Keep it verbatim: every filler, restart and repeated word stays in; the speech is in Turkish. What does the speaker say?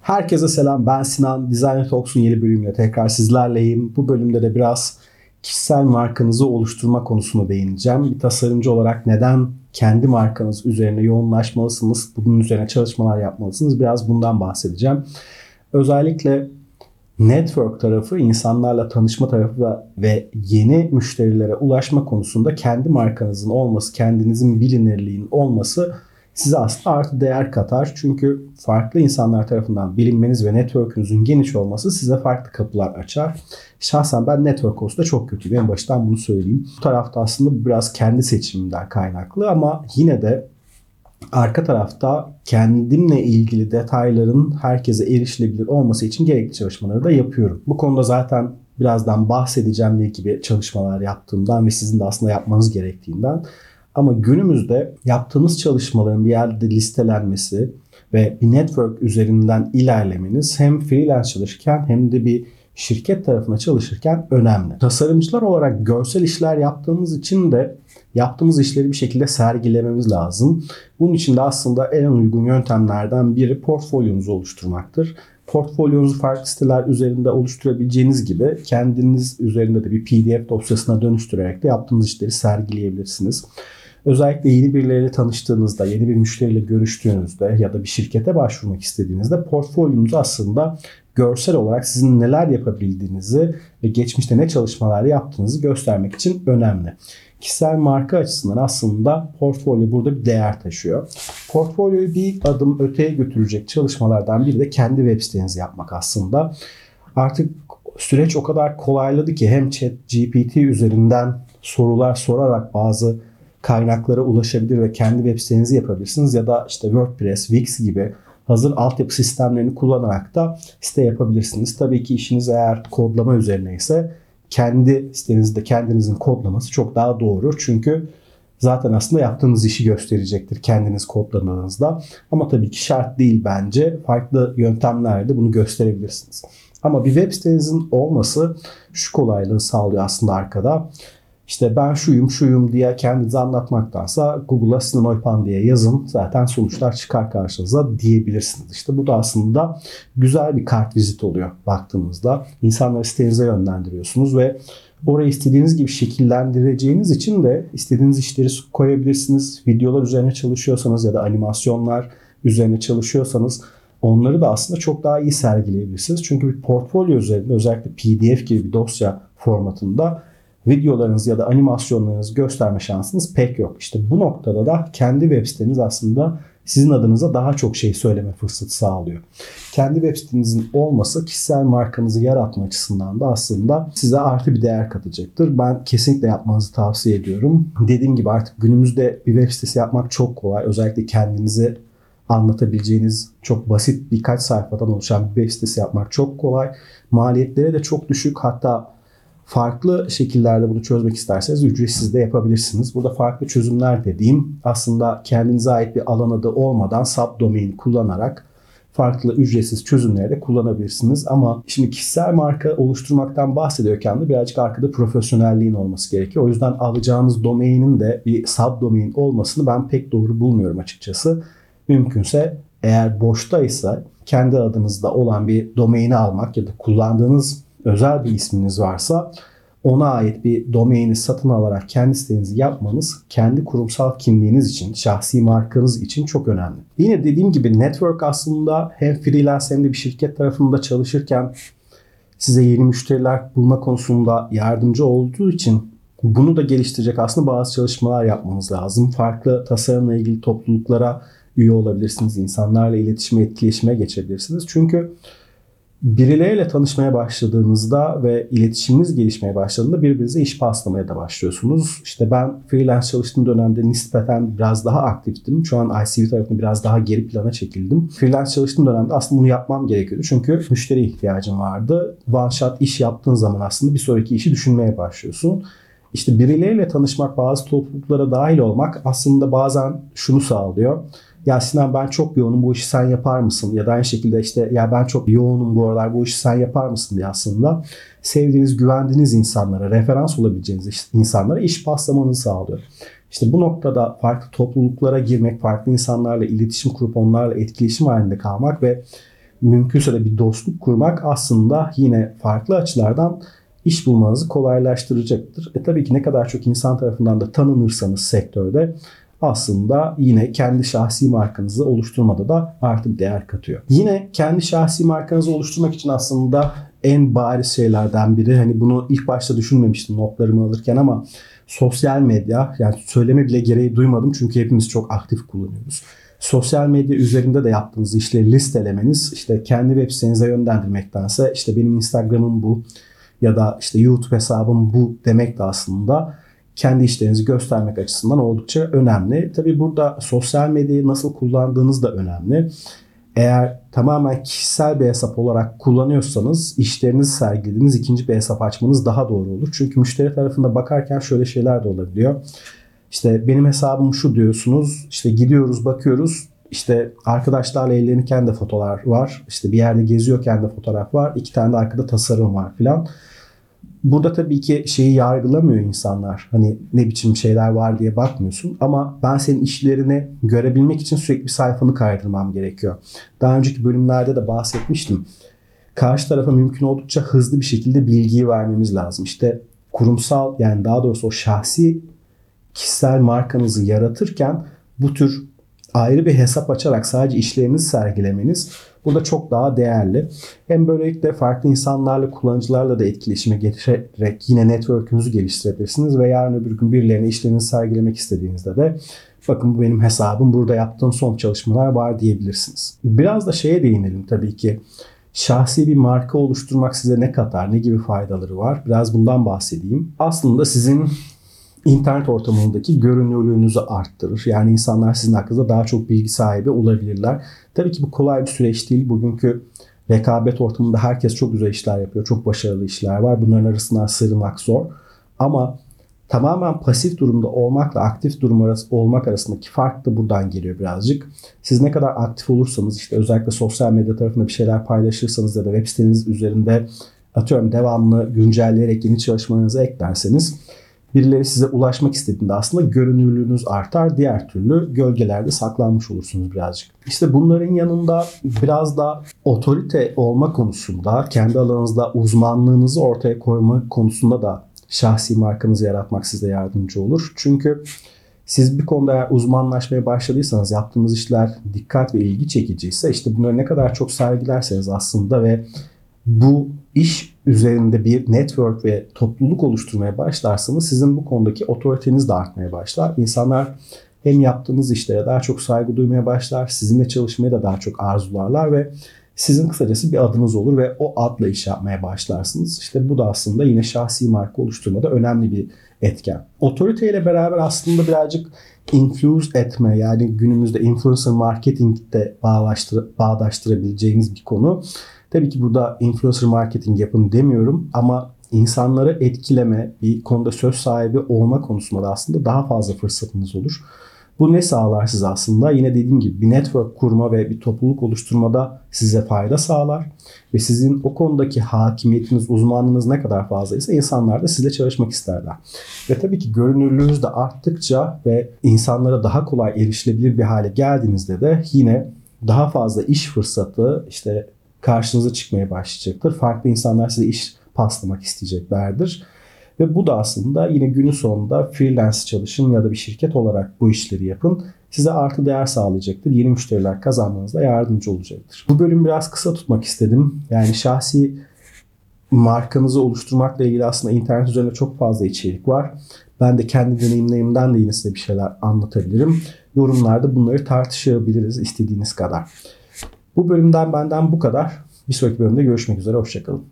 Herkese selam, ben Sinan. Designer Talks'un yeni bölümüyle tekrar sizlerleyim. Bu bölümde de biraz kişisel markanızı oluşturma konusuna değineceğim. Bir tasarımcı olarak neden kendi markanız üzerine yoğunlaşmalısınız, bunun üzerine çalışmalar yapmalısınız, biraz bundan bahsedeceğim. Özellikle network tarafı, insanlarla tanışma tarafı ve yeni müşterilere ulaşma konusunda kendi markanızın olması, kendinizin bilinirliğinin olması size aslında artı değer katar. Çünkü farklı insanlar tarafından bilinmeniz ve network'ünüzün geniş olması size farklı kapılar açar. Şahsen ben network konusunda çok kötüyüm. En baştan bunu söyleyeyim. Bu tarafta aslında biraz kendi seçimimden kaynaklı ama yine de arka tarafta kendimle ilgili detayların herkese erişilebilir olması için gerekli çalışmaları da yapıyorum. Bu konuda zaten birazdan bahsedeceğim ne gibi çalışmalar yaptığımdan ve sizin de aslında yapmanız gerektiğinden. Ama günümüzde yaptığınız çalışmaların bir yerde listelenmesi ve bir network üzerinden ilerlemeniz hem freelance çalışırken hem de bir şirket tarafına çalışırken önemli. Tasarımcılar olarak görsel işler yaptığımız için de yaptığımız işleri bir şekilde sergilememiz lazım. Bunun için de aslında en uygun yöntemlerden biri portfolyonuzu oluşturmaktır. Portfolyonuzu farklı siteler üzerinde oluşturabileceğiniz gibi kendiniz üzerinde de bir P D F dosyasına dönüştürerek de yaptığınız işleri sergileyebilirsiniz. Özellikle yeni birileriyle tanıştığınızda, yeni bir müşteriyle görüştüğünüzde ya da bir şirkete başvurmak istediğinizde portfolyonuz aslında görsel olarak sizin neler yapabildiğinizi ve geçmişte ne çalışmalar yaptığınızı göstermek için önemli. Kişisel marka açısından aslında portfolyo burada bir değer taşıyor. Portfolyoyu bir adım öteye götürecek çalışmalardan biri de kendi web sitenizi yapmak aslında. Artık süreç o kadar kolayladı ki hem ChatGPT üzerinden sorular sorarak bazı kaynaklara ulaşabilir ve kendi web sitenizi yapabilirsiniz ya da işte WordPress, Wix gibi hazır altyapı sistemlerini kullanarak da site yapabilirsiniz. Tabii ki işiniz eğer kodlama üzerine ise kendi sitenizde kendinizin kodlaması çok daha doğru. Çünkü zaten aslında yaptığınız işi gösterecektir kendiniz kodladığınızda. Ama tabii ki şart değil bence. Farklı yöntemlerle de bunu gösterebilirsiniz. Ama bir web sitenizin olması şu kolaylığı sağlıyor aslında arkada. İşte ben şuyum şuyum diye kendinize anlatmaktansa Google'a Sinan Oypan diye yazın, zaten sonuçlar çıkar karşınıza diyebilirsiniz. İşte bu da aslında güzel bir kart vizit oluyor baktığınızda. İnsanları sitenize yönlendiriyorsunuz ve orayı istediğiniz gibi şekillendireceğiniz için de istediğiniz işleri koyabilirsiniz. Videolar üzerine çalışıyorsanız ya da animasyonlar üzerine çalışıyorsanız onları da aslında çok daha iyi sergileyebilirsiniz. Çünkü bir portfolyo üzerinde özellikle P D F gibi bir dosya formatında videolarınızı ya da animasyonlarınızı gösterme şansınız pek yok. İşte bu noktada da kendi web siteniz aslında sizin adınıza daha çok şey söyleme fırsatı sağlıyor. Kendi web sitenizin olması kişisel markanızı yaratma açısından da aslında size artı bir değer katacaktır. Ben kesinlikle yapmanızı tavsiye ediyorum. Dediğim gibi artık günümüzde bir web sitesi yapmak çok kolay. Özellikle kendinizi anlatabileceğiniz çok basit birkaç sayfadan oluşan bir web sitesi yapmak çok kolay. Maliyetleri de çok düşük, hatta farklı şekillerde bunu çözmek isterseniz ücretsiz de yapabilirsiniz. Burada farklı çözümler dediğim aslında kendinize ait bir alan adı olmadan subdomain kullanarak farklı ücretsiz çözümleri de kullanabilirsiniz. Ama şimdi kişisel marka oluşturmaktan bahsediyorken de birazcık arkada profesyonelliğin olması gerekiyor. O yüzden alacağınız domainin de bir subdomain olmasını ben pek doğru bulmuyorum açıkçası. Mümkünse eğer boştaysa kendi adınızda olan bir domaini almak ya da kullandığınız özel bir isminiz varsa ona ait bir domaini satın alarak kendi sitenizi yapmanız kendi kurumsal kimliğiniz için, şahsi markanız için çok önemli. Yine dediğim gibi network aslında hem freelance hem de bir şirket tarafında çalışırken size yeni müşteriler bulma konusunda yardımcı olduğu için bunu da geliştirecek aslında bazı çalışmalar yapmanız lazım. Farklı tasarımla ilgili topluluklara üye olabilirsiniz. İnsanlarla iletişime, etkileşime geçebilirsiniz. Çünkü birileriyle tanışmaya başladığınızda ve iletişiminiz gelişmeye başladığında birbirinize iş paslamaya da başlıyorsunuz. İşte ben freelance çalıştığım dönemde nispeten biraz daha aktiftim. Şu an I C V tarafında biraz daha geri plana çekildim. Freelance çalıştığım dönemde aslında bunu yapmam gerekiyordu. Çünkü müşteri ihtiyacım vardı. One shot iş yaptığın zaman aslında bir sonraki işi düşünmeye başlıyorsun. İşte birileriyle tanışmak, bazı topluluklara dahil olmak aslında bazen şunu sağlıyor. Ya Sinan ben çok yoğunum, bu işi sen yapar mısın? Ya da aynı şekilde işte ya ben çok yoğunum bu aralar, bu işi sen yapar mısın diye aslında sevdiğiniz, güvendiğiniz insanlara, referans olabileceğiniz insanlara iş paslamanızı sağlıyor. İşte bu noktada farklı topluluklara girmek, farklı insanlarla iletişim kurup onlarla etkileşim halinde kalmak ve mümkünse de bir dostluk kurmak aslında yine farklı açılardan iş bulmanızı kolaylaştıracaktır. E tabii ki ne kadar çok insan tarafından da tanınırsanız sektörde aslında yine kendi şahsi markanızı oluşturmada da artı bir değer katıyor. Yine kendi şahsi markanızı oluşturmak için aslında en bariz şeylerden biri, hani bunu ilk başta düşünmemiştim notlarımı alırken ama sosyal medya, yani söyleme bile gereği duymadım çünkü hepimiz çok aktif kullanıyoruz. Sosyal medya üzerinde de yaptığınız işleri listelemeniz, işte kendi web sitenize yönlendirmektense işte benim Instagram'ım bu ya da işte YouTube hesabım bu demek de aslında kendi işlerinizi göstermek açısından oldukça önemli. Tabii burada sosyal medyayı nasıl kullandığınız da önemli. Eğer tamamen kişisel bir hesap olarak kullanıyorsanız işlerinizi sergilediğiniz ikinci bir hesap açmanız daha doğru olur. Çünkü müşteri tarafında bakarken şöyle şeyler de olabiliyor. İşte benim hesabım şu diyorsunuz, işte gidiyoruz bakıyoruz, işte arkadaşlarla eğlenirken de fotoğraf var, işte bir yerde geziyorken de fotoğraf var, iki tane de arkada tasarım var filan. Burada tabii ki şeyi yargılamıyor insanlar. Hani ne biçim şeyler var diye bakmıyorsun. Ama ben senin işlerini görebilmek için sürekli bir sayfanı kaydırmam gerekiyor. Daha önceki bölümlerde de bahsetmiştim. Karşı tarafa mümkün oldukça hızlı bir şekilde bilgiyi vermemiz lazım. İşte kurumsal, yani daha doğrusu o şahsi kişisel markanızı yaratırken bu tür ayrı bir hesap açarak sadece işlerinizi sergilemeniz burada çok daha değerli. Hem böylelikle farklı insanlarla, kullanıcılarla da etkileşime geçerek yine network'ünüzü geliştirebilirsiniz ve yarın öbür gün birilerine işlerinizi sergilemek istediğinizde de bakın bu benim hesabım, burada yaptığım son çalışmalar var diyebilirsiniz. Biraz da şeye değinelim tabii ki. Şahsi bir marka oluşturmak size ne katar, ne gibi faydaları var? Biraz bundan bahsedeyim. Aslında sizin İnternet ortamındaki görünürlüğünüzü arttırır. Yani insanlar sizin hakkında daha çok bilgi sahibi olabilirler. Tabii ki bu kolay bir süreç değil. Bugünkü rekabet ortamında herkes çok güzel işler yapıyor. Çok başarılı işler var. Bunların arasından sıyrılmak zor. Ama tamamen pasif durumda olmakla aktif durum arası, olmak arasındaki fark da buradan geliyor birazcık. Siz ne kadar aktif olursanız, işte özellikle sosyal medya tarafında bir şeyler paylaşırsanız ya da web siteniz üzerinde atıyorum devamlı güncelleyerek yeni çalışmalarınızı eklerseniz birileri size ulaşmak istediğinde aslında görünürlüğünüz artar. Diğer türlü gölgelerde saklanmış olursunuz birazcık. İşte bunların yanında biraz da otorite olma konusunda, kendi alanınızda uzmanlığınızı ortaya koyma konusunda da şahsi markanızı yaratmak size yardımcı olur. Çünkü siz bir konuda eğer uzmanlaşmaya başladıysanız, yaptığınız işler dikkat ve ilgi çekiciyse, işte bunları ne kadar çok sergilerseniz aslında ve bu iş üzerinde bir network ve topluluk oluşturmaya başlarsanız sizin bu konudaki otoriteniz de artmaya başlar. İnsanlar hem yaptığınız işlere daha çok saygı duymaya başlar, sizinle çalışmayı da daha çok arzularlar ve sizin kısacası bir adınız olur ve o adla iş yapmaya başlarsınız. İşte bu da aslında yine şahsi marka oluşturmada önemli bir etken. Otorite ile beraber aslında birazcık influence etme, yani günümüzde influencer marketingde bağlaştır, bağdaştırabileceğiniz bir konu. Tabii ki burada influencer marketing yapın demiyorum ama insanları etkileme, bir konuda söz sahibi olma konusunda da aslında daha fazla fırsatınız olur. Bu ne sağlar size aslında? Yine dediğim gibi bir network kurma ve bir topluluk oluşturmada size fayda sağlar. Ve sizin o konudaki hakimiyetiniz, uzmanlığınız ne kadar fazlaysa insanlar da sizle çalışmak isterler. Ve tabii ki görünürlüğünüz de arttıkça ve insanlara daha kolay erişilebilir bir hale geldiğinizde de yine daha fazla iş fırsatı işte karşınıza çıkmaya başlayacaktır. Farklı insanlar size iş paslamak isteyeceklerdir. Ve bu da aslında yine günün sonunda freelance çalışın ya da bir şirket olarak bu işleri yapın. Size artı değer sağlayacaktır. Yeni müşteriler kazanmanıza yardımcı olacaktır. Bu bölümü biraz kısa tutmak istedim. Yani şahsi markanızı oluşturmakla ilgili aslında internet üzerinde çok fazla içerik var. Ben de kendi deneyimlerimden de yine size bir şeyler anlatabilirim. Yorumlarda bunları tartışabiliriz istediğiniz kadar. Bu bölümden benden bu kadar. Bir sonraki bölümde görüşmek üzere. Hoşça kalın.